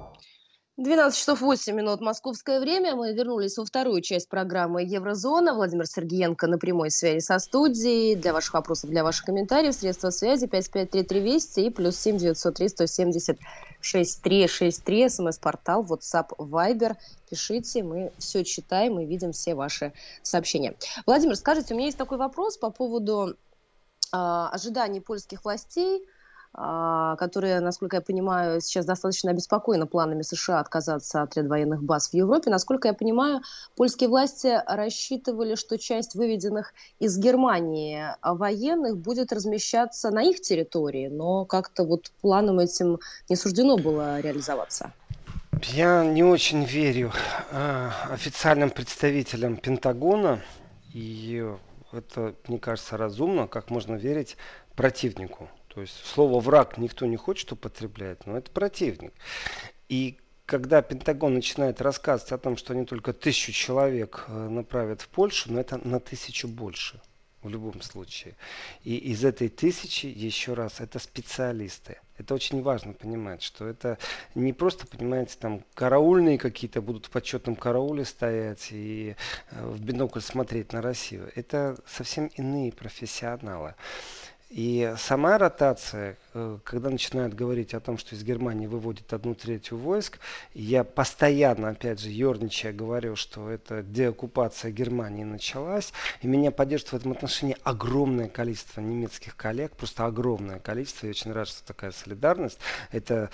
12 часов 8 минут московское время. Мы вернулись во вторую часть программы «Еврозона». Владимир Сергеенко на прямой связи со студией. Для ваших вопросов, для ваших комментариев средства связи 553320 и +7 903 170 6363. СМС-портал, WhatsApp, Viber. Пишите, мы все читаем и видим все ваши сообщения. Владимир, скажите, у меня есть такой вопрос по поводу ожиданий польских властей, которые, насколько я понимаю, сейчас достаточно обеспокоены планами США отказаться от военных баз в Европе. Насколько я понимаю, польские власти рассчитывали, что часть выведенных из Германии военных будет размещаться на их территории, но как-то вот планам этим не суждено было реализоваться. Я не очень верю официальным представителям Пентагона, и это, мне кажется, разумно, как можно верить противнику. То есть слово «враг» никто не хочет употреблять, но это противник. И когда Пентагон начинает рассказывать о том, что они только 1000 человек направят в Польшу, но это на 1000 больше в любом случае. И из этой 1000, еще раз, это специалисты. Это очень важно понимать, что это не просто, понимаете, там караульные какие-то будут в почетном карауле стоять и в бинокль смотреть на Россию. Это совсем иные профессионалы. И сама ротация, когда начинают говорить о том, что из Германии выводят 1/3 войск, я постоянно, опять же, ерничая говорю, что это деоккупация Германии началась, и меня поддерживает в этом отношении огромное количество немецких коллег, просто огромное количество, я очень рад, что такая солидарность. Это,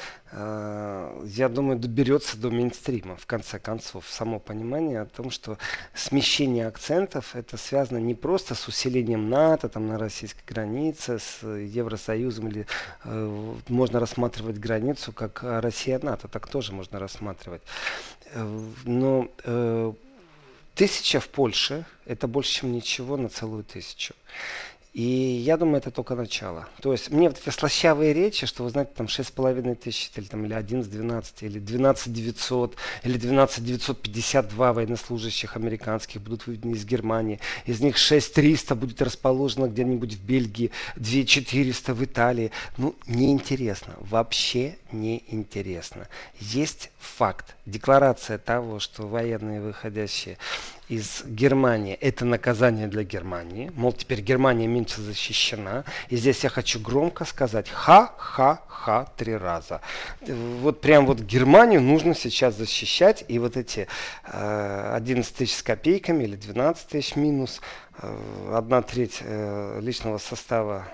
я думаю, доберется до мейнстрима, в конце концов, само понимание о том, что смещение акцентов, это связано не просто с усилением НАТО там, на российской границе, с Евросоюзом, или можно рассматривать границу как Россия-НАТО, так тоже можно рассматривать. Но 1000 в Польше это больше, чем ничего на целую 1000. И я думаю, это только начало. То есть мне вот эти слащавые речи, что вы знаете, там 6500, или, там, или 11-12, или 12900, или 12952 военнослужащих американских будут выведены из Германии. Из них 6300 будет расположено где-нибудь в Бельгии, 2400 в Италии. Ну, неинтересно. Вообще неинтересно. Есть факт. Декларация того, что военные, выходящие из Германии, это наказание для Германии. Мол, теперь Германия меньше защищена. И здесь я хочу громко сказать ха-ха-ха 3 раза. Вот прям вот Германию нужно сейчас защищать. И вот эти 11 тысяч с копейками или 12 тысяч минус 1/3 личного состава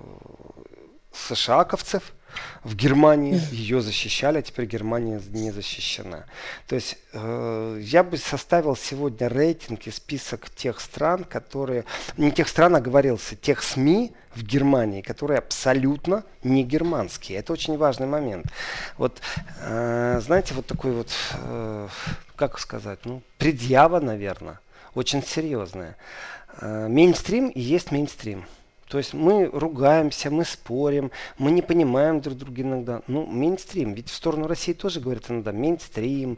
США-ковцев в Германии ее защищали, а теперь Германия не защищена. То есть я бы составил сегодня рейтинг и список тех стран, которые, не тех стран, а говорился, тех СМИ в Германии, которые абсолютно не германские. Это очень важный момент. Вот, знаете, вот такой вот, как сказать, ну, предъява, наверное, очень серьезная. Мейнстрим и есть мейнстрим. То есть мы ругаемся, мы спорим, мы не понимаем друг друга иногда. Ну, мейнстрим. Ведь в сторону России тоже говорят иногда мейнстрим.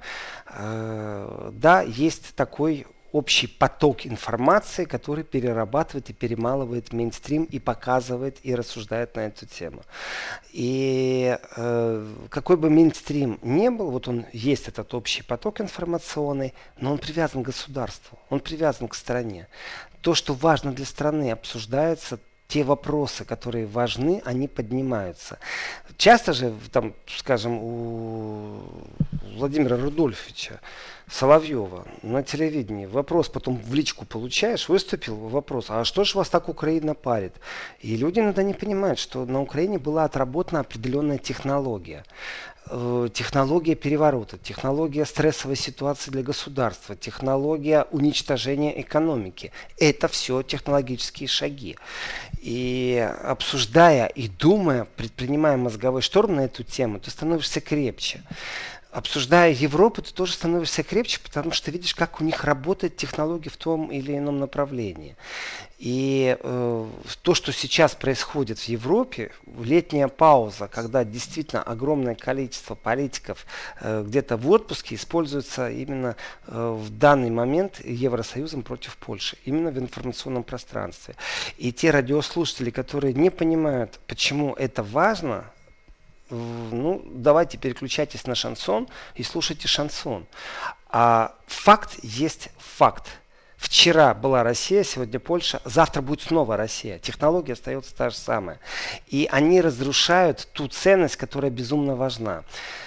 Да, есть такой общий поток информации, который перерабатывает и перемалывает мейнстрим и показывает и рассуждает на эту тему. И какой бы мейнстрим ни был, вот он есть этот общий поток информационный, но он привязан к государству, он привязан к стране. То, что важно для страны, обсуждается. Те вопросы, которые важны, они поднимаются. Часто же, там, скажем, у Владимира Рудольфовича Соловьева на телевидении вопрос, потом в личку получаешь, выступил вопрос, а что же вас так Украина парит? И люди иногда не понимают, что на Украине была отработана определенная технология. Технология переворота, технология стрессовой ситуации для государства, технология уничтожения экономики. Это все технологические шаги. И обсуждая и думая, предпринимая мозговой шторм на эту тему, ты становишься крепче. Обсуждая Европу, ты тоже становишься крепче, потому что видишь, как у них работает технология в том или ином направлении. И то, что сейчас происходит в Европе, летняя пауза, когда действительно огромное количество политиков где-то в отпуске используется именно в данный момент Евросоюзом против Польши, именно в информационном пространстве. И те радиослушатели, которые не понимают, почему это важно, ну, давайте переключайтесь на шансон и слушайте шансон. А факт есть факт. Вчера была Россия, сегодня Польша, завтра будет снова Россия. Технология остается та же самая. И они разрушают ту ценность, которая безумно важна.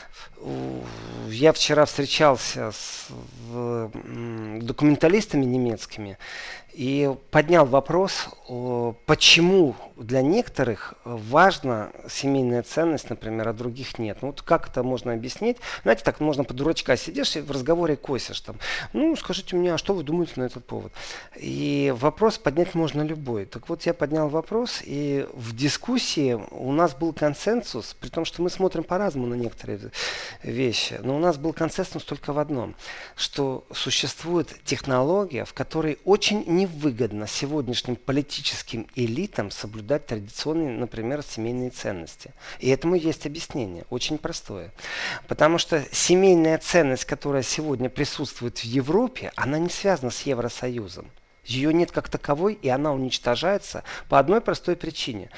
Я вчера встречался с документалистами немецкими и поднял вопрос, почему для некоторых важна семейная ценность, например, а других нет. Ну вот как это можно объяснить? Знаете, так можно по дурачка сидишь и в разговоре косишь там. Ну, скажите мне, а что вы думаете на этот повод? И вопрос поднять можно любой. Так вот, я поднял вопрос, и в дискуссии у нас был консенсус, при том, что мы смотрим по-разному на некоторые вещи, но у нас был консенсус только в одном, что существует технология, в которой очень невыгодно сегодняшним политическим элитам соблюдать традиционные, например, семейные ценности. И этому есть объяснение, очень простое. Потому что семейная ценность, которая сегодня присутствует в Европе, она не связана с Евросоюзом. Ее нет как таковой, и она уничтожается по одной простой причине.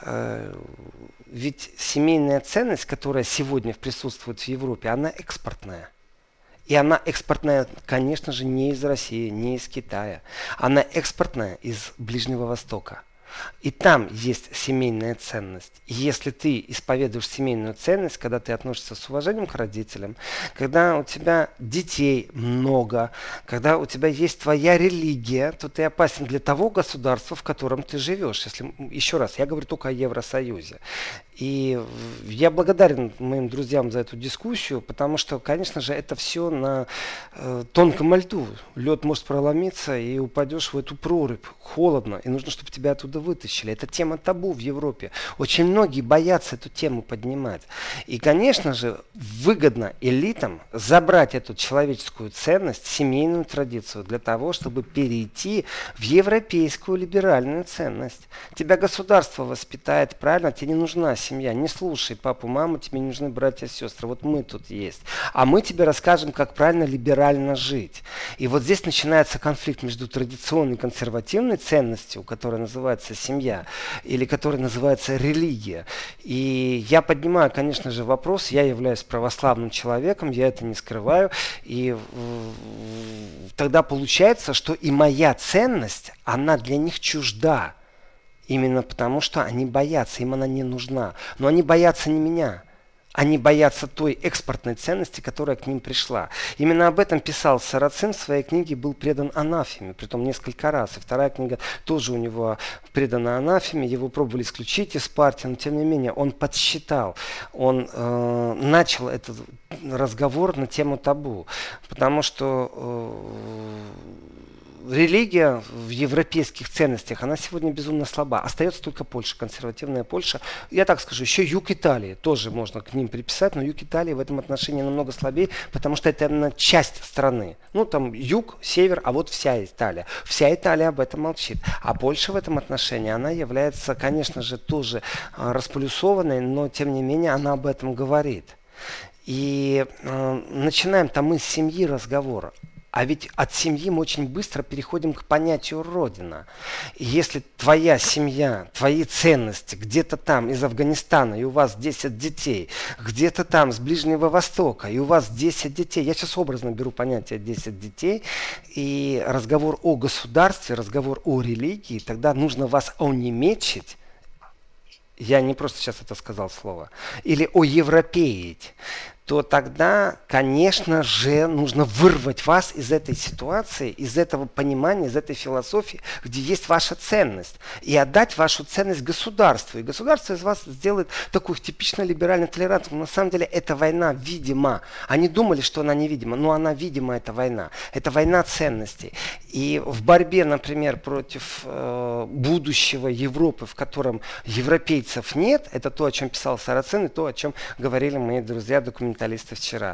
Ведь семейная ценность, которая сегодня присутствует в Европе, она экспортная. И она экспортная, конечно же, не из России, не из Китая. Она экспортная из Ближнего Востока. И там есть семейная ценность. И если ты исповедуешь семейную ценность, когда ты относишься с уважением к родителям, когда у тебя детей много, когда у тебя есть твоя религия, то ты опасен для того государства, в котором ты живешь. Если, еще раз, я говорю только о Евросоюзе. И я благодарен моим друзьям за эту дискуссию, потому что, конечно же, это все на тонком льду. Лед может проломиться, и упадешь в эту прорубь. Холодно, и нужно, чтобы тебя оттуда вытащили. Это тема табу в Европе. Очень многие боятся эту тему поднимать. И, конечно же, выгодно элитам забрать эту человеческую ценность, семейную традицию, для того, чтобы перейти в европейскую либеральную ценность. Тебя государство воспитает правильно, тебе не нужна семья. Не слушай папу, маму, тебе не нужны братья и сестры. Вот мы тут есть. А мы тебе расскажем, как правильно либерально жить. И вот здесь начинается конфликт между традиционной и консервативной ценностью, которая называется семья, или которая называется религия. И я поднимаю, конечно же, вопрос. Я являюсь православным человеком, я это не скрываю. И тогда получается, что и моя ценность, она для них чужда. Именно потому, что они боятся, им она не нужна. Но они боятся не меня. Они боятся той экспортной ценности, которая к ним пришла. Именно об этом писал Сарацин в своей книге, был предан анафеме, притом несколько раз. И вторая книга тоже у него предана анафеме. Его пробовали исключить из партии, но тем не менее он подсчитал. Он начал этот разговор на тему табу. Потому что религия в европейских ценностях, она сегодня безумно слаба. Остается только Польша, консервативная Польша. Я так скажу, еще юг Италии тоже можно к ним приписать, но юг Италии в этом отношении намного слабее, потому что это именно часть страны. Ну, там юг, север, а вот вся Италия. Вся Италия об этом молчит. А Польша в этом отношении, она является, конечно же, тоже располюсованной, но, тем не менее, она об этом говорит. И начинаем-то мы с семьи разговора. А ведь от семьи мы очень быстро переходим к понятию «родина». И если твоя семья, твои ценности где-то там из Афганистана, и у вас 10 детей, где-то там с Ближнего Востока, и у вас 10 детей, я сейчас образно беру понятие 10 детей, и разговор о государстве, разговор о религии, тогда нужно вас онемечить, я не просто сейчас это сказал слово, или оевропеить, то тогда, конечно же, нужно вырвать вас из этой ситуации, из этого понимания, из этой философии, где есть ваша ценность, и отдать вашу ценность государству. И государство из вас сделает такую типично либерально толерантную. На самом деле, эта война видима. Они думали, что она невидима, но она видима, эта война. Это война ценностей. И в борьбе, например, против будущего Европы, в котором европейцев нет, это то, о чем писал Сарацин, и то, о чем говорили мои друзья-документалисты фундаменталисты вчера.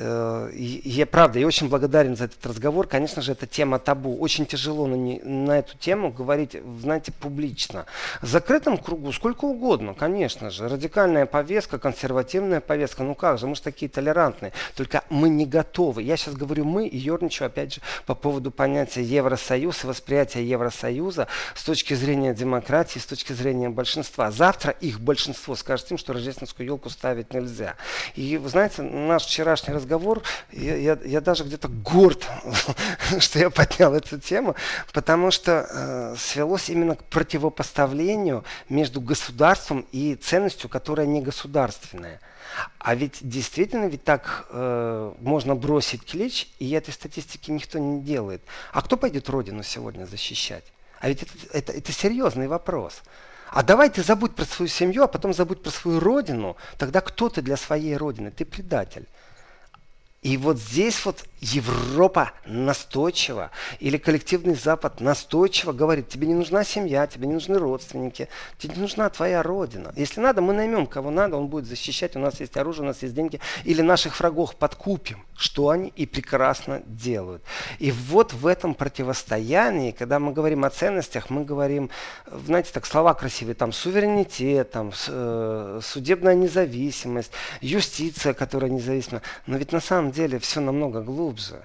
Правда, я очень благодарен за этот разговор. Конечно же, это тема табу. Очень тяжело на эту тему говорить, знаете, публично. В закрытом кругу сколько угодно, конечно же. Радикальная повестка, консервативная повестка. Ну как же, мы же такие толерантные. Только мы не готовы. Я сейчас говорю мы и ерничаю, опять же, по поводу понятия Евросоюз и восприятия Евросоюза с точки зрения демократии, с точки зрения большинства. Завтра их большинство скажет им, что рождественскую елку ставить нельзя. И вы знаете, наш вчерашний разговор, я даже где-то горд, что я поднял эту тему, потому что свелось именно к противопоставлению между государством и ценностью, которая не государственная. А ведь действительно ведь так можно бросить клич, и этой статистики никто не делает. А кто пойдет родину сегодня защищать? А ведь это серьезный вопрос. А давай ты забудь про свою семью, а потом забудь про свою родину. Тогда кто ты для своей родины? Ты предатель. И вот здесь вот Европа настойчиво, или коллективный Запад настойчиво говорит, тебе не нужна семья, тебе не нужны родственники, тебе не нужна твоя родина. Если надо, мы наймем кого надо, он будет защищать, у нас есть оружие, у нас есть деньги, или наших врагов подкупим, что они и прекрасно делают. И вот в этом противостоянии, когда мы говорим о ценностях, мы говорим, знаете, так слова красивые, там суверенитет, там судебная независимость, юстиция, которая независима, но ведь на самом деле все намного глубже.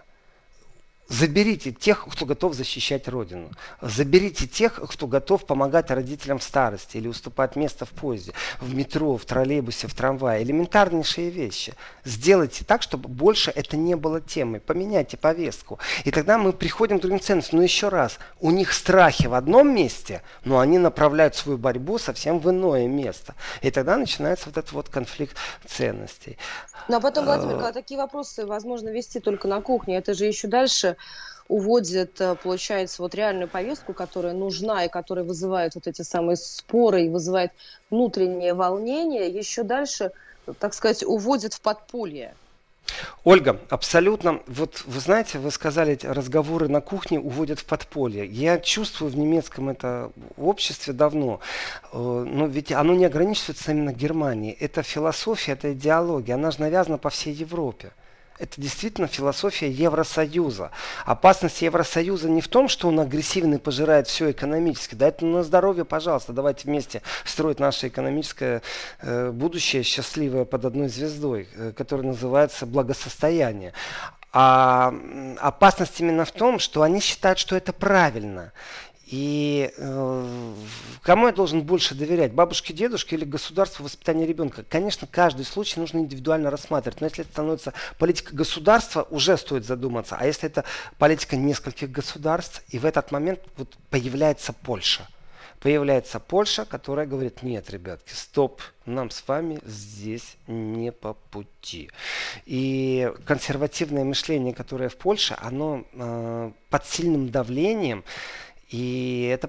Заберите тех, кто готов защищать Родину. Заберите тех, кто готов помогать родителям в старости или уступать место в поезде, в метро, в троллейбусе, в трамвае. Элементарнейшие вещи. Сделайте так, чтобы больше это не было темой. Поменяйте повестку. И тогда мы приходим к другим ценностям. Но еще раз, у них страхи в одном месте, но они направляют свою борьбу совсем в иное место. И тогда начинается вот этот вот конфликт ценностей. Ну а потом, Владимир, когда такие вопросы возможно вести только на кухне, это же еще дальше уводит, получается, вот реальную повестку, которая нужна и которая вызывает вот эти самые споры и вызывает внутреннее волнение, еще дальше, так сказать, уводит в подполье. Ольга, абсолютно. Вот вы знаете, вы сказали, эти разговоры на кухне уводят в подполье. Я чувствую в немецком это обществе давно. Но ведь оно не ограничивается именно Германией. Это философия, это идеология. Она же навязана по всей Европе. Это действительно философия Евросоюза. Опасность Евросоюза не в том, что он агрессивный, пожирает все экономически. Да это на здоровье, пожалуйста. Давайте вместе строить наше экономическое будущее счастливое под одной звездой, которое называется благосостояние. А опасность именно в том, что они считают, что это правильно. И кому я должен больше доверять? Бабушке, дедушке или государству воспитания ребенка? Конечно, каждый случай нужно индивидуально рассматривать. Но если это становится политика государства, уже стоит задуматься. А если это политика нескольких государств, и в этот момент вот появляется Польша. Появляется Польша, которая говорит, нет, ребятки, стоп, нам с вами здесь не по пути. И консервативное мышление, которое в Польше, оно под сильным давлением. И это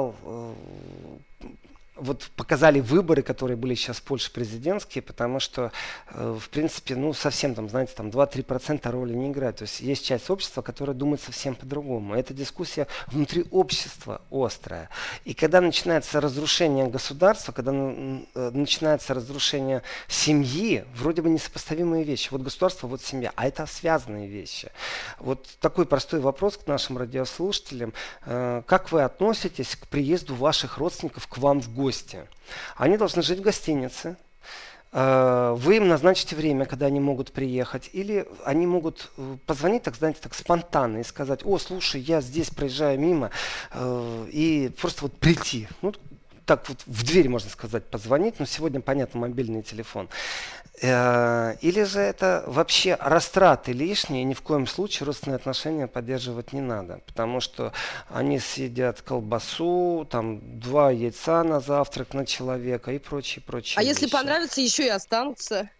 показали выборы, которые были сейчас в Польше президентские, потому что, в принципе, совсем там, знаете, там 2-3% роли не играют. То есть есть часть общества, которая думает совсем по-другому. Эта дискуссия внутри общества острая. И когда начинается разрушение государства, когда начинается разрушение семьи, вроде бы несопоставимые вещи. Вот государство, вот семья, а это связанные вещи. Вот такой простой вопрос к нашим радиослушателям. Как вы относитесь к приезду ваших родственников к вам в гости? Они должны жить в гостинице. Вы им назначите время, когда они могут приехать. Или они могут позвонить, так знаете, так спонтанно и сказать, о, слушай, я здесь проезжаю мимо, и просто вот прийти. Так вот в дверь, можно сказать, позвонить, но сегодня, понятно, мобильный телефон. Или же это вообще растраты лишние, и ни в коем случае родственные отношения поддерживать не надо, потому что они съедят колбасу, там 2 яйца на завтрак на человека и прочие вещи. А если понравится, еще и останутся.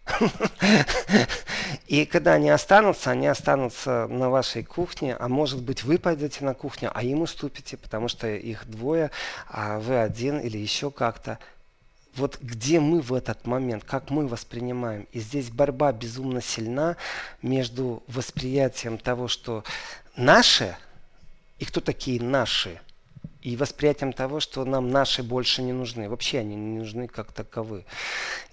И когда они останутся на вашей кухне, а может быть вы пойдете на кухню, а им уступите, потому что их 2, а вы 1 или еще как-то. Вот где мы в этот момент, как мы воспринимаем. И здесь борьба безумно сильна между восприятием того, что наше, и кто такие наши, и восприятием того, что нам наши больше не нужны. Вообще они не нужны как таковы.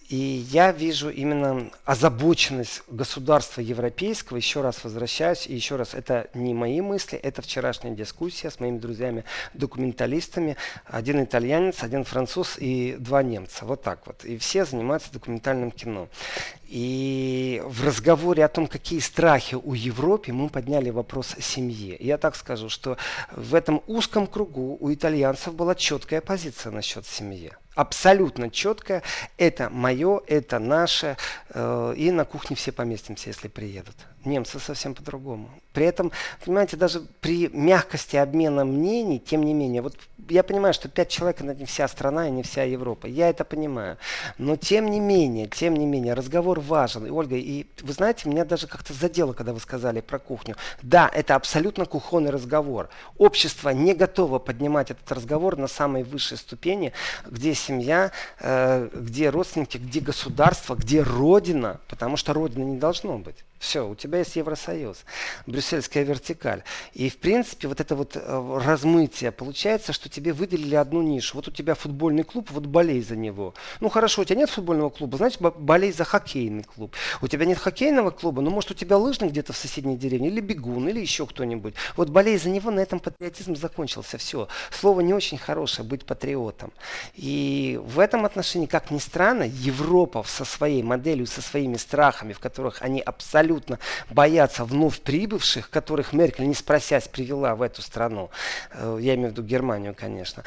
И я вижу именно озабоченность государства европейского, еще раз возвращаюсь, и еще раз, это не мои мысли, это вчерашняя дискуссия с моими друзьями-документалистами. Один итальянец, один француз и два немца. Вот так вот. И все занимаются документальным кино. И в разговоре о том, какие страхи у Европы, мы подняли вопрос семьи. Я так скажу, что в этом узком кругу у итальянцев была четкая позиция насчет семьи. Абсолютно четкая. Это мое, это наше. И на кухне все поместимся, если приедут. Немцы совсем по-другому. При этом, понимаете, даже при мягкости обмена мнений, тем не менее, вот я понимаю, что 5 человек это не вся страна и не вся Европа. Я это понимаю. Но тем не менее, разговор важен. И, Ольга, и вы знаете, меня даже как-то задело, когда вы сказали про кухню. Да, это абсолютно кухонный разговор. Общество не готово поднимать этот разговор на самой высшей ступени, где семья, где родственники, где государство, где родина, потому что родины не должно быть. Все, у тебя есть Евросоюз, брюссельская вертикаль. И, в принципе, вот это вот размытие, получается, что тебе выделили одну нишу. Вот у тебя футбольный клуб, вот болей за него. Ну, хорошо, у тебя нет футбольного клуба, значит, болей за хоккейный клуб. У тебя нет хоккейного клуба, ну, может, у тебя лыжный где-то в соседней деревне, или бегун, или еще кто-нибудь. Вот болей за него, на этом патриотизм закончился. Все. Слово не очень хорошее, быть патриотом. И в этом отношении, как ни странно, Европа со своей моделью, со своими страхами, в которых они абсолютно боятся вновь прибывших, которых Меркель, не спросясь, привела в эту страну. Я имею в виду Германию, конечно.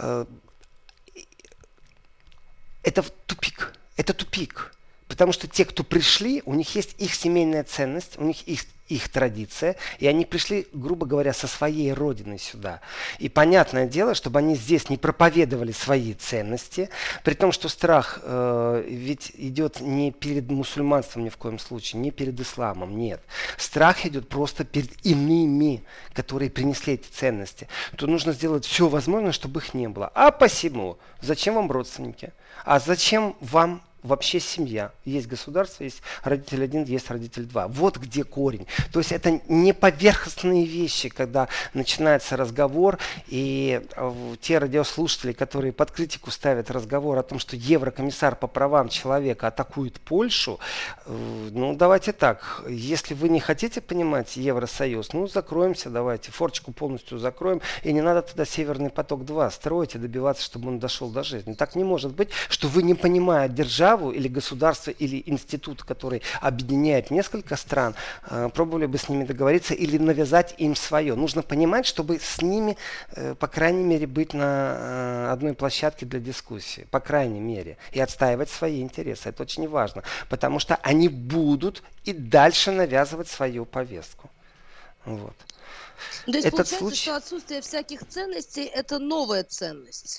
Это тупик. Это тупик. Потому что те, кто пришли, у них есть их семейная ценность, у них их традиция, и они пришли, грубо говоря, со своей родины сюда. И понятное дело, чтобы они здесь не проповедовали свои ценности, при том, что страх ведь идет не перед мусульманством ни в коем случае, не перед исламом, нет. Страх идет просто перед иными, которые принесли эти ценности. То нужно сделать все возможное, чтобы их не было. А посему, зачем вам родственники? А зачем вам вообще семья? Есть государство, есть родитель один, есть родитель два. Вот где корень. То есть это не поверхностные вещи, когда начинается разговор, и те радиослушатели, которые под критику ставят разговор о том, что еврокомиссар по правам человека атакует Польшу, ну давайте так, если вы не хотите понимать Евросоюз, ну закроемся, давайте, форчику полностью закроем, и не надо тогда Северный поток-2 строить и добиваться, чтобы он дошел до жизни. Так не может быть, что вы, не понимая державу, или государство, или институт, который объединяет несколько стран, пробовали бы с ними договориться или навязать им свое. Нужно понимать, чтобы с ними, по крайней мере, быть на одной площадке для дискуссии. По крайней мере. И отстаивать свои интересы. Это очень важно. Потому что они будут и дальше навязывать свою повестку. Вот. То есть получается, что отсутствие всяких ценностей – это новая ценность?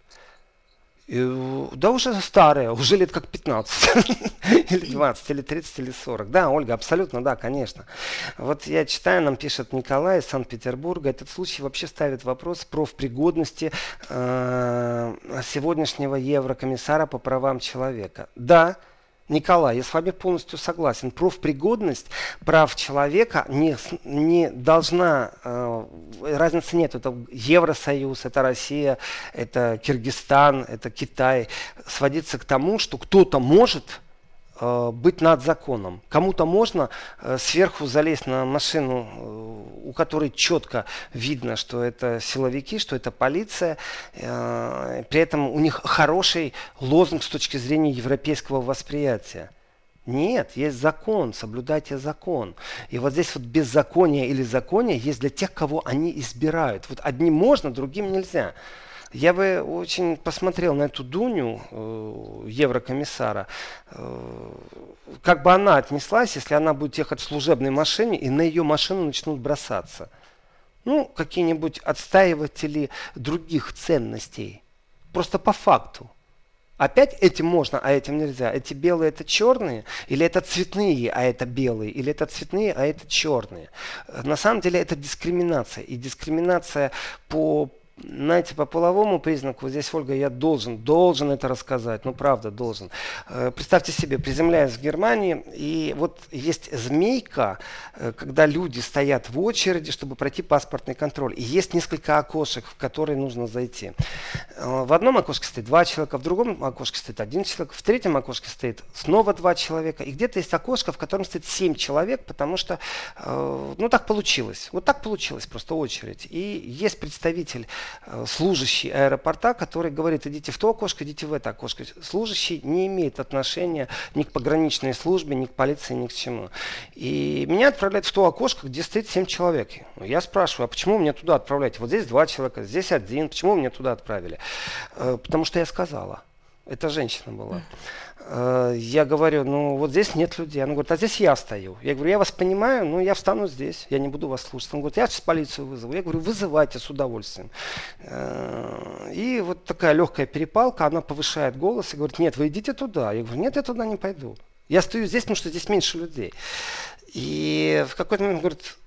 Да уже старая, уже лет как 15, или 20, или 30, или 40. Да, Ольга, абсолютно, да, конечно. Вот я читаю, нам пишет Николай из Санкт-Петербурга, этот случай вообще ставит вопрос профпригодности сегодняшнего еврокомиссара по правам человека. Да, Николай, я с вами полностью согласен. Профпригодность прав человека не должна, разницы нет. Это Евросоюз, это Россия, это Киргизстан, это Китай. Сводиться к тому, что кто-то может быть над законом. Кому-то можно сверху залезть на машину, у которой четко видно, что это силовики, что это полиция. При этом у них хороший лозунг с точки зрения европейского восприятия. Нет, есть закон, соблюдайте закон. И вот здесь вот беззаконие или законие есть для тех, кого они избирают. Вот одним можно, другим нельзя. Я бы очень посмотрел на эту Дуню, еврокомиссара, как бы она отнеслась, если она будет ехать в служебной машине и на ее машину начнут бросаться. Ну, какие-нибудь отстаиватели других ценностей. Просто по факту. Опять этим можно, а этим нельзя. Эти белые это черные, или это цветные, а это белые, или это цветные, а это черные. На самом деле это дискриминация. И дискриминация по Знаете, по половому признаку, здесь, Ольга, я должен это рассказать, ну правда, должен. Представьте себе, приземляясь в Германии, и вот есть змейка, когда люди стоят в очереди, чтобы пройти паспортный контроль, и есть несколько окошек, в которые нужно зайти. В одном окошке стоит 2 человека, в другом окошке стоит 1 человек, в третьем окошке стоит снова 2 человека, и где-то есть окошко, в котором стоит 7 человек, потому что, ну так получилось, вот так получилось просто очередь. И есть представитель служащий аэропорта, который говорит, идите в то окошко, идите в это окошко. Служащий не имеет отношения ни к пограничной службе, ни к полиции, ни к чему. И меня отправляют в то окошко, где стоит 7 человек. Я спрашиваю, а почему меня туда отправляете? Вот здесь 2 человека, здесь 1. Почему меня туда отправили? Потому что я сказала. Это женщина была. Я говорю, ну вот здесь нет людей. Она говорит, а здесь я стою. Я говорю, я вас понимаю, но я встану здесь, я не буду вас слушать. Она говорит, я сейчас полицию вызову. Я говорю, вызывайте с удовольствием. И вот такая легкая перепалка, она повышает голос и говорит, нет, вы идите туда. Я говорю, нет, я туда не пойду. Я стою здесь, потому что здесь меньше людей. И в какой-то момент говорит,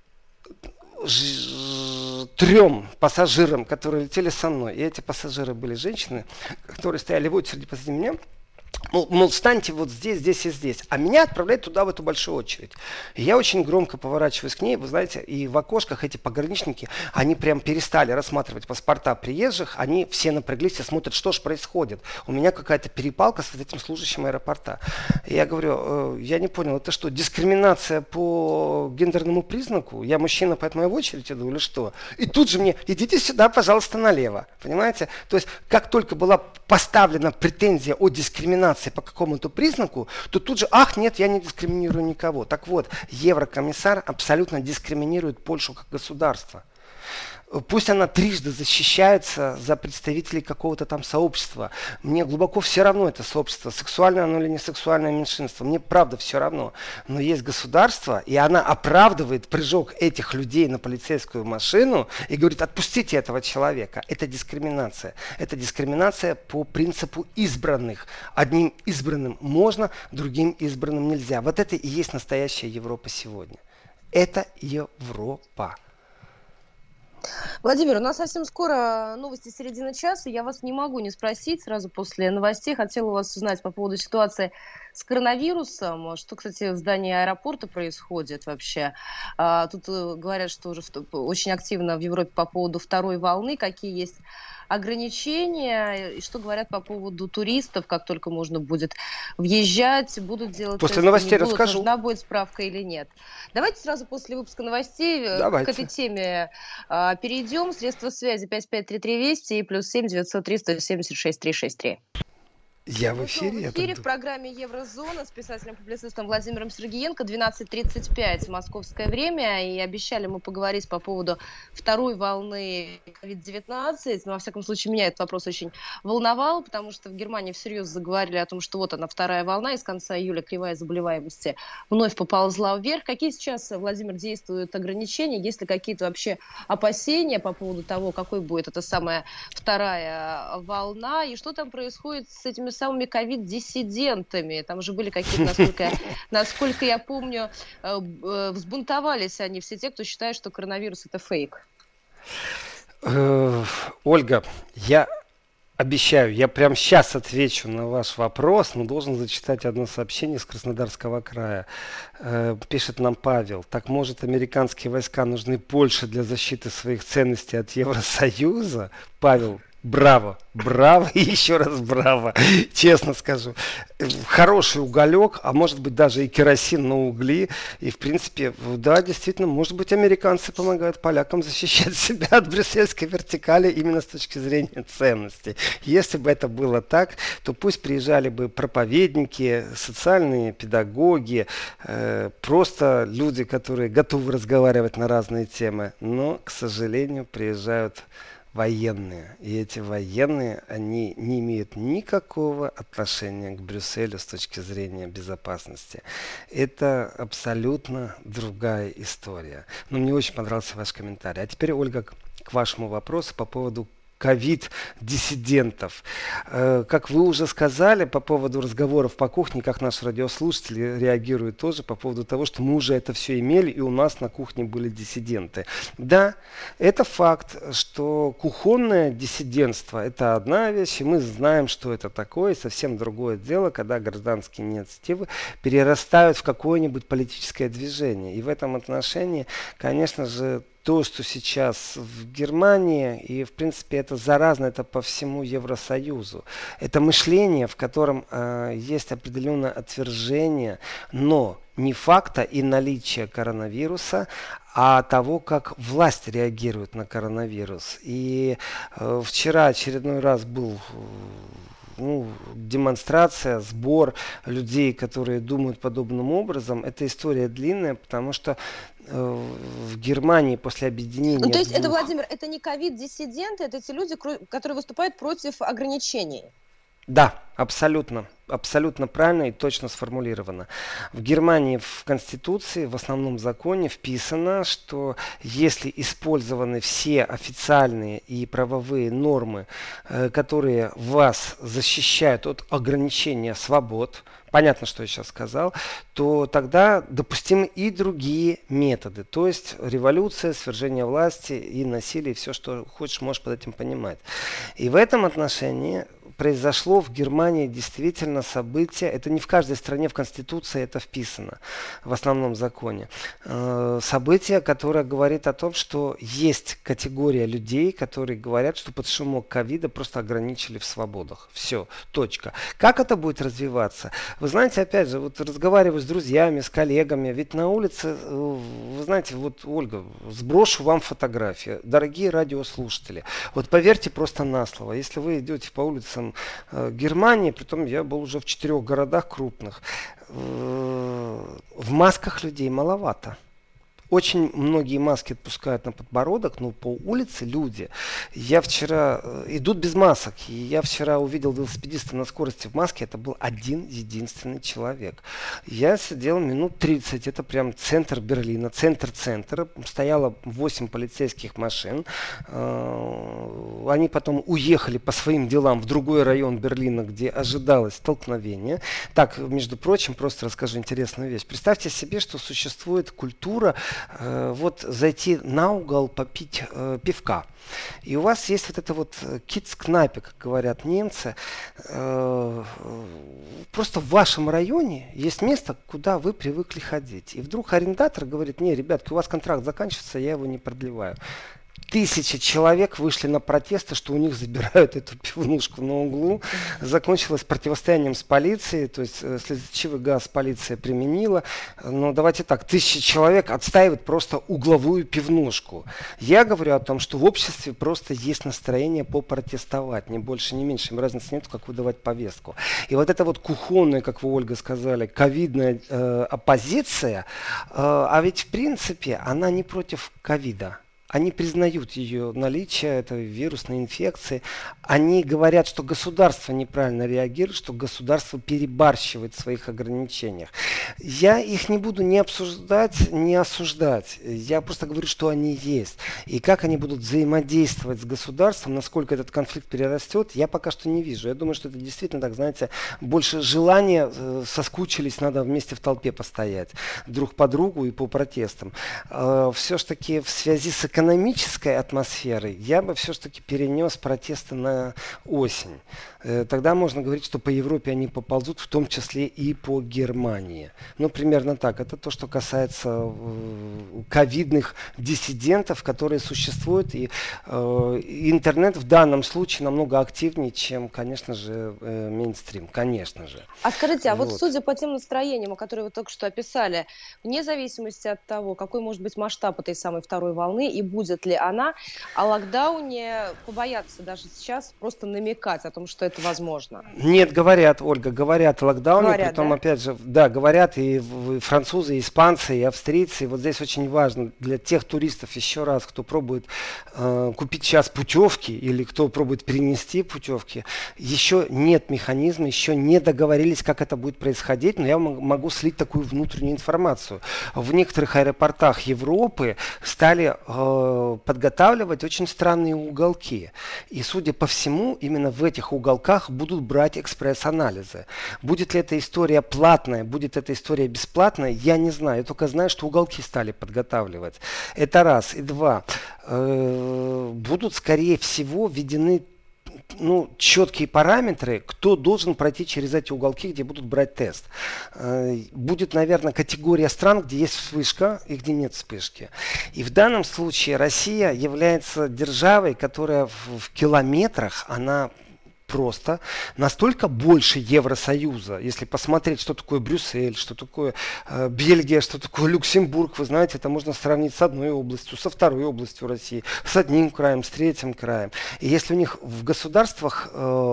3 пассажирам, которые летели со мной, и эти пассажиры были женщины, которые стояли в очереди позади меня, мол, встаньте вот здесь, здесь и здесь. А меня отправляют туда, в эту большую очередь. И я очень громко поворачиваюсь к ней. Вы знаете, и в окошках эти пограничники, они прям перестали рассматривать паспорта приезжих. Они все напряглись и смотрят, что же происходит. У меня какая-то перепалка с этим служащим аэропорта. И я говорю, я не понял, это что, дискриминация по гендерному признаку? Я мужчина, поэтому я в очередь иду или что? И тут же мне, идите сюда, пожалуйста, налево. Понимаете? То есть, как только была поставлена претензия о дискриминации по какому-то признаку, то тут же, ах, нет, я не дискриминирую никого. Так вот, еврокомиссар абсолютно дискриминирует Польшу как государство. Пусть она трижды защищается за представителей какого-то там сообщества. Мне глубоко все равно это сообщество, сексуальное оно или не сексуальное меньшинство. Мне правда все равно. Но есть государство, и она оправдывает прыжок этих людей на полицейскую машину и говорит, отпустите этого человека. Это дискриминация. Это дискриминация по принципу избранных. Одним избранным можно, другим избранным нельзя. Вот это и есть настоящая Европа сегодня. Это Европа. Владимир, у нас совсем скоро новости середины часа. Я вас не могу не спросить сразу после новостей. Хотела у вас узнать по поводу ситуации с коронавирусом. Что, кстати, в здании аэропорта происходит вообще? Тут говорят, что уже очень активно в Европе по поводу второй волны. Какие есть ограничения? И что говорят по поводу туристов? Как только можно будет въезжать, будут делать после тесты, новостей не будут, расскажу. нужна будет справка или нет. Давайте сразу после выпуска новостей к этой теме перейдем. Средства связи 5533 Вести и +7 903 176 363. Я в эфире. В эфире в программе «Еврозона» с писателем-публицистом Владимиром Сергиенко. 12:35 московское время. И обещали мы поговорить по поводу второй волны COVID-19. Но, во всяком случае, меня этот вопрос очень волновал, потому что в Германии всерьез заговорили о том, что вот она, вторая волна, и с конца июля кривая заболеваемости вновь поползла вверх. Какие сейчас, Владимир, действуют ограничения? Есть ли какие-то вообще опасения по поводу того, какой будет эта самая вторая волна? И что там происходит с этими самыми ковид-диссидентами? Там же были какие-то, насколько я помню, взбунтовались они, все те, кто считает, что коронавирус это фейк. Ольга, я обещаю, я прямо сейчас отвечу на ваш вопрос, но должен зачитать одно сообщение из Краснодарского края. Пишет нам Павел. Так, может, американские войска нужны Польше для защиты своих ценностей от Евросоюза? Павел, браво, браво и еще раз браво, честно скажу. Хороший уголек, а может быть даже и керосин на угли. И в принципе, да, действительно, может быть, американцы помогают полякам защищать себя от брюссельской вертикали именно с точки зрения ценностей. Если бы это было так, то пусть приезжали бы проповедники, социальные педагоги, просто люди, которые готовы разговаривать на разные темы. Но, к сожалению, приезжают военные. И эти военные, они не имеют никакого отношения к Брюсселю с точки зрения безопасности. Это абсолютно другая история. Но мне очень понравился ваш комментарий. А теперь, Ольга, к вашему вопросу по поводу ковид-диссидентов. Как вы уже сказали по поводу разговоров по кухне, как наши радиослушатели реагируют тоже по поводу того, что мы уже это все имели, и у нас на кухне были диссиденты. Да, это факт, что кухонное диссидентство – это одна вещь, и мы знаем, что это такое, и совсем другое дело, когда гражданские инициативы перерастают в какое-нибудь политическое движение. И в этом отношении, конечно же, то, что сейчас в Германии, и в принципе это заразно, это по всему Евросоюзу. Это мышление, в котором есть определенное отвержение, но не факта и наличия коронавируса, а того, как власть реагирует на коронавирус. И вчера очередной раз был демонстрация, сбор людей, которые думают подобным образом. Эта история длинная, потому что в Германии после объединения... Ну, то есть это, Владимир, это не ковид-диссиденты, это те люди, которые выступают против ограничений? Да, абсолютно. Абсолютно правильно и точно сформулировано. В Германии в Конституции, в основном законе вписано, что если использованы все официальные и правовые нормы, которые вас защищают от ограничения свобод, понятно, что я сейчас сказал, то тогда допустимы и другие методы. То есть революция, свержение власти и насилие, все, что хочешь, можешь под этим понимать. И в этом отношении произошло в Германии действительно событие, это не в каждой стране в Конституции это вписано, в основном законе, событие, которое говорит о том, что есть категория людей, которые говорят, что под шумок ковида просто ограничили в свободах. Все, точка. Как это будет развиваться? Вы знаете, опять же, вот разговариваю с друзьями, с коллегами, ведь на улице, вы знаете, вот, Ольга, сброшу вам фотографию. Дорогие радиослушатели, вот поверьте просто на слово, если вы идете по улицам Германии, притом я был уже в 4 городах крупных, в масках людей маловато. Очень многие маски отпускают на подбородок, но по улице люди. Я вчера идут без масок. И я вчера увидел велосипедиста на скорости в маске. Это был один единственный человек. Я сидел минут 30. Это прям центр Берлина, центр центра. Стояло 8 полицейских машин. Они потом уехали по своим делам в другой район Берлина, где ожидалось столкновение. Так, между прочим, просто расскажу интересную вещь. Представьте себе, что существует культура вот зайти на угол попить пивка. И у вас есть вот это вот кидс-кнайпе, как говорят немцы. Просто в вашем районе есть место, куда вы привыкли ходить. И вдруг арендатор говорит: не, ребятки, у вас контракт заканчивается, я его не продлеваю. 1000 человек вышли на протесты, что у них забирают эту пивнушку на углу. Закончилось противостоянием с полицией, то есть слезоточивый газ полиция применила. Но давайте так, 1000 человек отстаивают просто угловую пивнушку. Я говорю о том, что в обществе просто есть настроение попротестовать, ни больше, ни меньше. Им разницы нет, как выдавать повестку. И вот эта вот кухонная, как вы, Ольга, сказали, ковидная оппозиция, а ведь в принципе она не против ковида. Они признают ее наличие этой вирусной инфекции. Они говорят, что государство неправильно реагирует, что государство перебарщивает в своих ограничениях. Я их не буду ни обсуждать, ни осуждать. Я просто говорю, что они есть. И как они будут взаимодействовать с государством, насколько этот конфликт перерастет, я пока что не вижу. Я думаю, что это действительно, так знаете, больше желания, соскучились, надо вместе в толпе постоять друг по другу и по протестам. Все-таки в связи с экономической атмосферой я бы все-таки перенес протесты на осень. Тогда можно говорить, что по Европе они поползут, в том числе и по Германии. Ну, примерно так. Это то, что касается ковидных диссидентов, которые существуют. И интернет в данном случае намного активнее, чем, конечно же, мейнстрим. Конечно же. А скажите, а вот судя по тем настроениям, которые вы только что описали, вне зависимости от того, какой может быть масштаб этой самой второй волны и будет ли она, о локдауне побоятся даже сейчас просто намекать о том, что это возможно. Нет, говорят, Ольга, говорят о локдауне, говорят, притом, да? опять же, да, говорят и французы, и испанцы, и австрийцы. И вот здесь очень важно для тех туристов, еще раз, кто пробует купить сейчас путевки или кто пробует перенести путевки, еще нет механизма, еще не договорились, как это будет происходить, но я могу слить такую внутреннюю информацию. В некоторых аэропортах Европы стали подготавливать очень странные уголки. И, судя по всему, именно в этих уголках будут брать экспресс-анализы. Будет ли эта история платная, будет эта история бесплатная, я не знаю. Я только знаю, что уголки стали подготавливать. Это раз. И два. Будут, скорее всего, введены четкие параметры, кто должен пройти через эти уголки, где будут брать тест. Будет, наверное, категория стран, где есть вспышка и где нет вспышки. И в данном случае Россия является державой, которая в километрах, она просто настолько больше Евросоюза. Если посмотреть, что такое Брюссель, что такое Бельгия, что такое Люксембург, вы знаете, это можно сравнить с одной областью, со второй областью России, с одним краем, с третьим краем. И если у них в государствах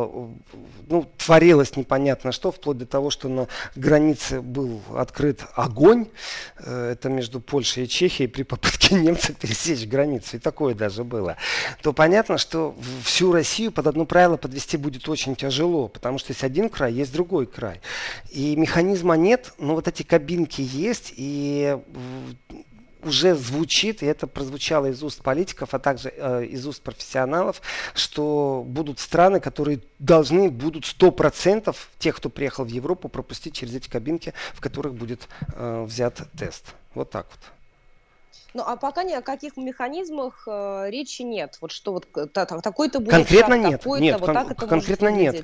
творилось непонятно что, вплоть до того, что на границе был открыт огонь, это между Польшей и Чехией при попытке немцев пересечь границу, и такое даже было, то понятно, что всю Россию под одно правило подвести будет очень тяжело, потому что есть один край, есть другой край. И механизма нет, но вот эти кабинки есть, и уже звучит, и это прозвучало из уст политиков, а также из уст профессионалов, что будут страны, которые должны будут 100% тех, кто приехал в Европу, пропустить через эти кабинки, в которых будет взят тест. Вот так вот. Ну, а пока ни о каких механизмах речи нет. Вот что вот такой-то будет конкретно шаг, нет. Нет, вот так это конкретно нет.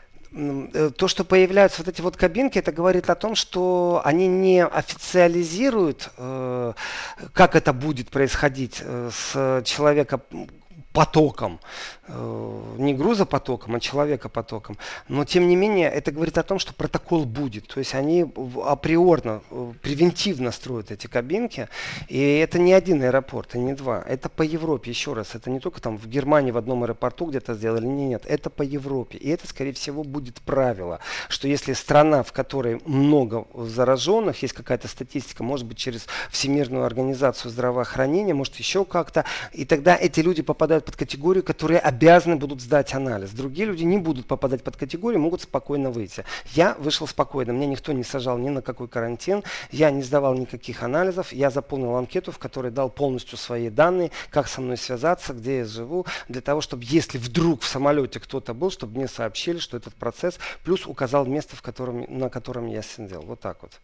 То, что появляются вот эти вот кабинки, это говорит о том, что они не официализируют, как это будет происходить с человеком потоком, не грузопотоком, а человекопотоком. Но, тем не менее, это говорит о том, что протокол будет. То есть они априорно, превентивно строят эти кабинки. И это не один аэропорт, и не два. Это по Европе, еще раз. Это не только там в Германии в одном аэропорту где-то сделали. Нет, это по Европе. И это, скорее всего, будет правило, что если страна, в которой много зараженных, есть какая-то статистика, может быть, через Всемирную организацию здравоохранения, может, еще как-то, и тогда эти люди попадают под категорию, которые обязаны будут сдать анализ. Другие люди не будут попадать под категорию, могут спокойно выйти. Я вышел спокойно, меня никто не сажал ни на какой карантин, я не сдавал никаких анализов, я заполнил анкету, в которой дал полностью свои данные, как со мной связаться, где я живу, для того, чтобы если вдруг в самолете кто-то был, чтобы мне сообщили, что этот процесс, плюс указал место, на котором я сидел. Вот так вот.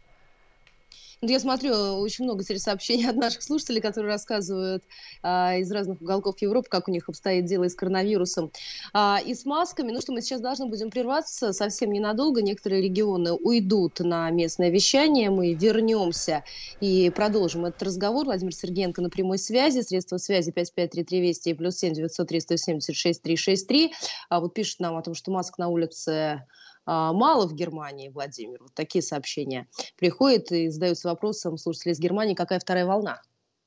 Я смотрю, очень много теперь сообщений от наших слушателей, которые рассказывают из разных уголков Европы, как у них обстоит дело и с коронавирусом, и с масками. Ну что, мы сейчас должны будем прерваться совсем ненадолго. Некоторые регионы уйдут на местное вещание. Мы вернемся и продолжим этот разговор. Владимир Сергеенко на прямой связи. Средства связи 5533 Вести и +7 903 176 363. Вот пишет нам о том, что масок на улице мало в Германии, Владимир. Вот такие сообщения приходят и задаются вопросом слушателей из Германии, какая вторая волна?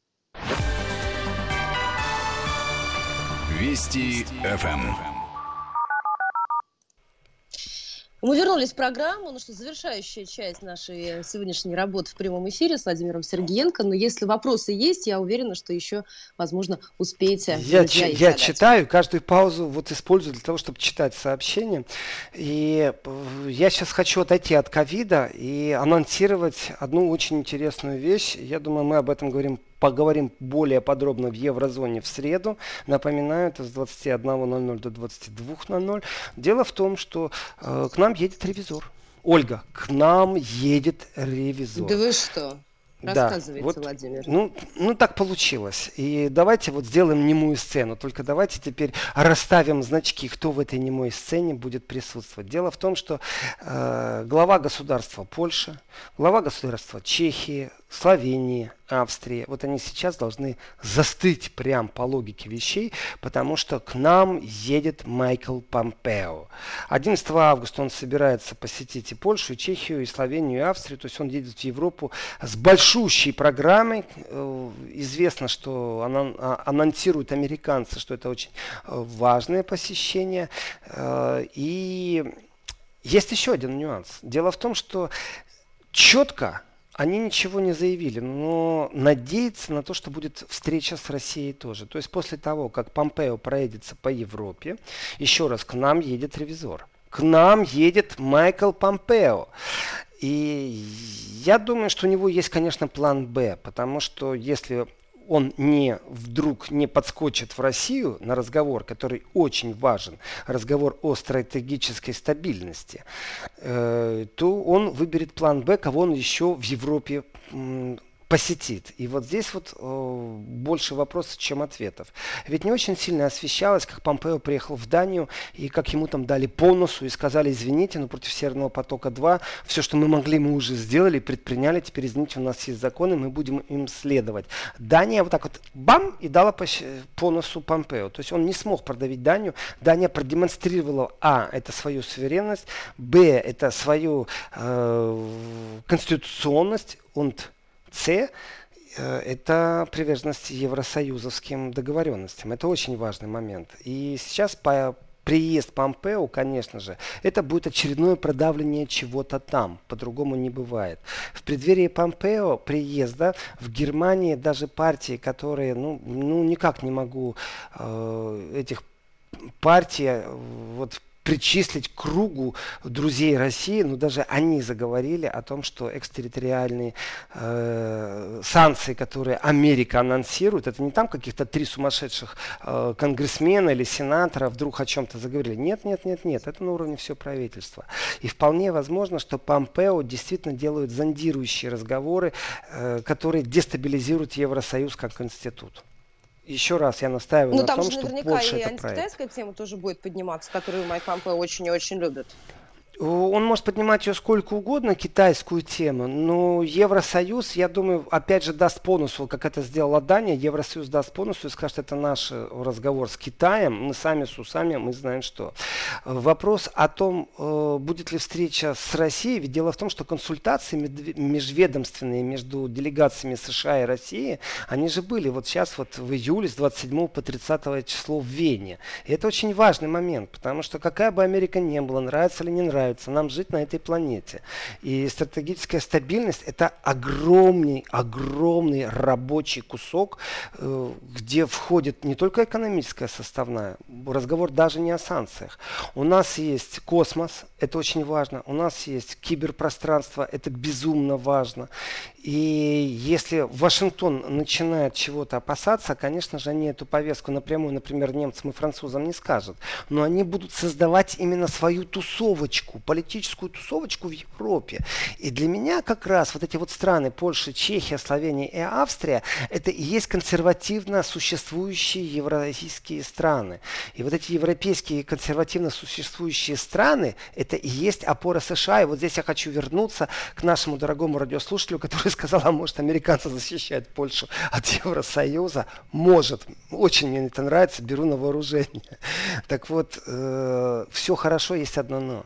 Вести ФМ. Мы вернулись в программу, ну что, завершающая часть нашей сегодняшней работы в прямом эфире с Владимиром Сергеенко. Но если вопросы есть, я уверена, что еще, возможно, успеете. Я читаю, каждую паузу вот использую для того, чтобы читать сообщения. И я сейчас хочу отойти от ковида и анонсировать одну очень интересную вещь. Я думаю, мы об этом поговорим более подробно в Еврозоне в среду. Напоминаю, это с 21:00 до 22:00. Дело в том, что к нам едет ревизор. Ольга, к нам едет ревизор. Да вы что? Рассказывайте, да, вот, Владимир. Ну, так получилось. И давайте вот сделаем немую сцену. Только давайте теперь расставим значки, кто в этой немой сцене будет присутствовать. Дело в том, что глава государства Польши, глава государства Чехии, Словении, Австрии, вот они сейчас должны застыть прям по логике вещей, потому что к нам едет Майкл Помпео. 11 августа он собирается посетить и Польшу, и Чехию, и Словению, и Австрию, то есть он едет в Европу с большущей программой. Известно, что анонсируют американцы, что это очень важное посещение. И есть еще один нюанс. Дело в том, что четко они ничего не заявили, но надеются на то, что будет встреча с Россией тоже. То есть после того, как Помпео проедется по Европе, еще раз, к нам едет ревизор. К нам едет Майкл Помпео. И я думаю, что у него есть, конечно, план «Б», потому что если он вдруг не подскочит в Россию на разговор, который очень важен, разговор о стратегической стабильности, то он выберет план Б, кого он еще в Европе посетит. И вот здесь вот больше вопросов, чем ответов. Ведь не очень сильно освещалось, как Помпео приехал в Данию, и как ему там дали по носу и сказали: извините, но против Северного потока-2 все, что мы могли, мы уже сделали, предприняли, теперь, извините, у нас есть законы, мы будем им следовать. Дания вот так вот бам, и дала по носу Помпео. То есть он не смог продавить Данию. Дания продемонстрировала: это свою суверенность, это свою конституционность, это приверженность евросоюзовским договоренностям. Это очень важный момент. И сейчас приезд Помпео, конечно же, это будет очередное продавление чего-то там. По-другому не бывает. В преддверии Помпео приезда в Германии даже партии, которые, никак не могу этих партий причислить к кругу друзей России, но даже они заговорили о том, что экстерриториальные санкции, которые Америка анонсирует, это не там каких-то 3 сумасшедших конгрессмена или сенатора вдруг о чем-то заговорили. Нет, это на уровне всего правительства. И вполне возможно, что Помпео действительно делают зондирующие разговоры, которые дестабилизируют Евросоюз как институт. Еще раз я настаиваю на том, что Польша это проект. Там же наверняка и антикитайская тема тоже будет подниматься, которую Майк Помпео очень и очень любит. Он может поднимать ее сколько угодно, китайскую тему, но Евросоюз, я думаю, опять же даст по носу, как это сделала Дания. Евросоюз даст по носу и скажет: это наш разговор с Китаем, мы сами с усами, мы знаем что. Вопрос о том, будет ли встреча с Россией, ведь дело в том, что консультации межведомственные между делегациями США и России, они же были вот сейчас вот в июле с 27 по 30 число в Вене. И это очень важный момент, потому что какая бы Америка ни была, нравится или не нравится, нам жить на этой планете. И стратегическая стабильность — это огромный рабочий кусок, где входит не только экономическая составная, разговор даже не о санкциях. У нас есть космос, это очень важно. У нас есть киберпространство, это безумно важно. И если Вашингтон начинает чего-то опасаться, конечно же, они эту повестку напрямую, например, немцам и французам не скажут. Но они будут создавать именно свою тусовочку, политическую тусовочку в Европе. И для меня как раз вот эти вот страны, Польша, Чехия, Словения и Австрия, это и есть консервативно существующие евразийские страны. И вот эти европейские консервативно существующие страны, это и есть опора США. И вот здесь я хочу вернуться к нашему дорогому радиослушателю, который сказал: а может, американцы защищают Польшу от Евросоюза? Может. Очень мне это нравится, беру на вооружение. Так вот, все хорошо, есть одно но.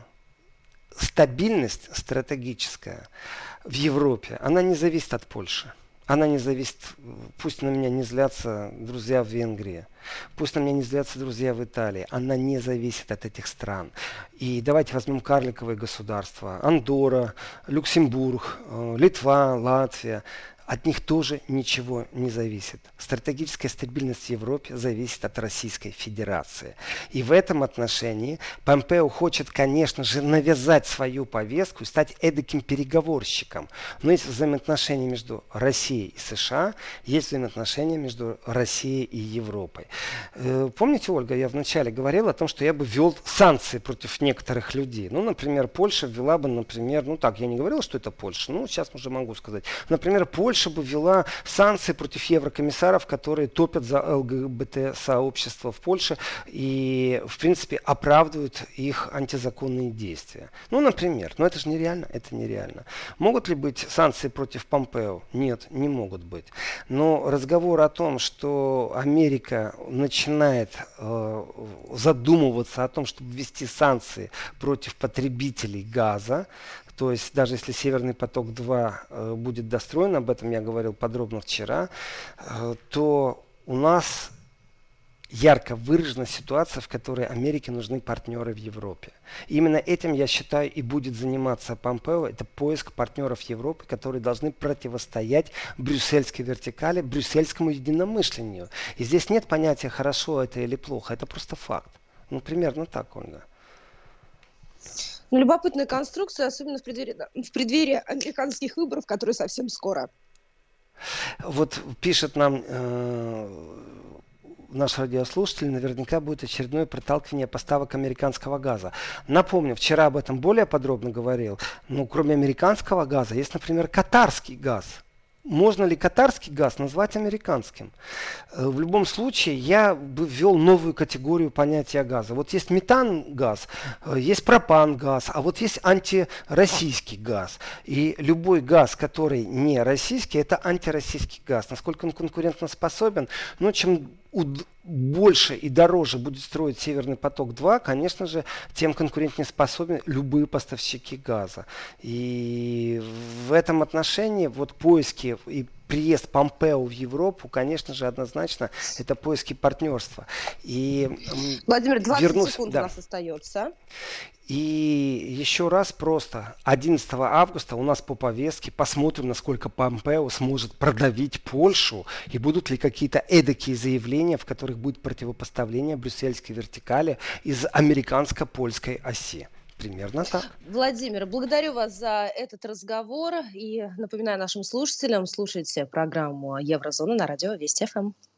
Стабильность стратегическая в Европе, она не зависит от Польши. Она не зависит, пусть на меня не злятся друзья в Венгрии, пусть на меня не злятся друзья в Италии, она не зависит от этих стран. И давайте возьмем карликовые государства: Андорра, Люксембург, Литва, Латвия. От них тоже ничего не зависит. Стратегическая стабильность в Европе зависит от Российской Федерации. И в этом отношении Помпео хочет, конечно же, навязать свою повестку и стать эдаким переговорщиком. Но есть взаимоотношения между Россией и США, есть взаимоотношения между Россией и Европой. Помните, Ольга, я вначале говорил о том, что я бы ввел санкции против некоторых людей. Например, Польша ввела бы, я не говорил, что это Польша, сейчас уже могу сказать. Например, Польша бы ввела санкции против еврокомиссаров, которые топят за ЛГБТ-сообщество в Польше и, в принципе, оправдывают их антизаконные действия. Например. Но это же нереально. Это нереально. Могут ли быть санкции против Помпео? Нет, не могут быть. Но разговор о том, что Америка начинает задумываться о том, чтобы ввести санкции против потребителей газа, то есть даже если Северный поток-2 будет достроен, об этом я говорил подробно вчера, то у нас ярко выражена ситуация, в которой Америке нужны партнеры в Европе. И именно этим, я считаю, и будет заниматься Помпео. Это поиск партнеров Европы, которые должны противостоять брюссельской вертикали, брюссельскому единомышлению. И здесь нет понятия хорошо это или плохо, это просто факт. Примерно так, Ольга. Любопытная конструкция, особенно в преддверии американских выборов, которые совсем скоро. Вот пишет нам наш радиослушатель, наверняка будет очередное проталкивание поставок американского газа. Напомню, вчера об этом более подробно говорил. Но кроме американского газа есть, например, катарский газ. Можно ли катарский газ назвать американским? В любом случае, я бы ввел новую категорию понятия газа. Вот есть метан-газ, есть пропан-газ, а вот есть антироссийский газ. И любой газ, который не российский, это антироссийский газ. Насколько он конкурентоспособен? Ну, чем больше и дороже будет строить Северный поток-2, конечно же, тем конкурентнее способны любые поставщики газа. И в этом отношении вот поиски и приезд Помпео в Европу, конечно же, однозначно, это поиски партнерства. И Владимир, 20 секунд у нас остается. И еще раз просто 11 августа у нас по повестке посмотрим, насколько Помпео сможет продавить Польшу и будут ли какие-то эдакие заявления, в которых будет противопоставление брюссельской вертикали из американско-польской оси. Примерно так. Владимир, благодарю вас за этот разговор и напоминаю нашим слушателям, слушайте программу Еврозона на радио Вести ФМ.